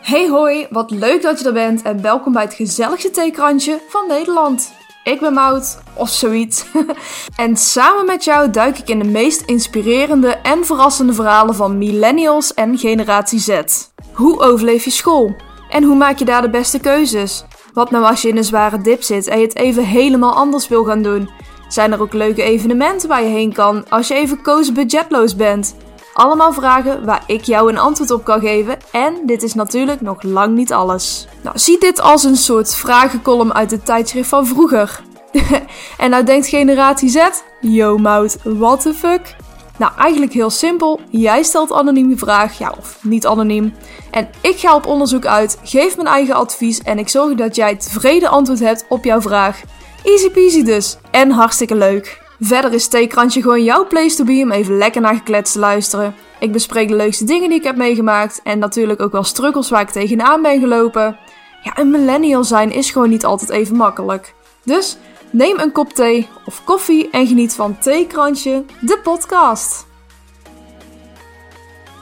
Hey hoi, wat leuk dat je er bent en welkom bij het gezelligste theekrantje van Nederland. Ik ben Maud, of zoiets. En samen met jou duik ik in de meest inspirerende en verrassende verhalen van millennials en generatie Z. Hoe overleef je school? En hoe maak je daar de beste keuzes? Wat nou als je in een zware dip zit en je het even helemaal anders wil gaan doen? Zijn er ook leuke evenementen waar je heen kan als je even budgetloos bent? Allemaal vragen waar ik jou een antwoord op kan geven en dit is natuurlijk nog lang niet alles. Nou, zie dit als een soort vragencolumn uit het tijdschrift van vroeger. En nou denkt generatie Z, yo Maud, what the fuck? Nou, eigenlijk heel simpel. Jij stelt anoniem je vraag, ja of niet anoniem. En ik ga op onderzoek uit, geef mijn eigen advies en ik zorg dat jij tevreden antwoord hebt op jouw vraag. Easy peasy dus. En hartstikke leuk. Verder is Theekrantje gewoon jouw place to be om even lekker naar geklets te luisteren. Ik bespreek de leukste dingen die ik heb meegemaakt en natuurlijk ook wel struggles waar ik tegenaan ben gelopen. Ja, een millennial zijn is gewoon niet altijd even makkelijk. Dus neem een kop thee of koffie en geniet van Theekrantje, de podcast.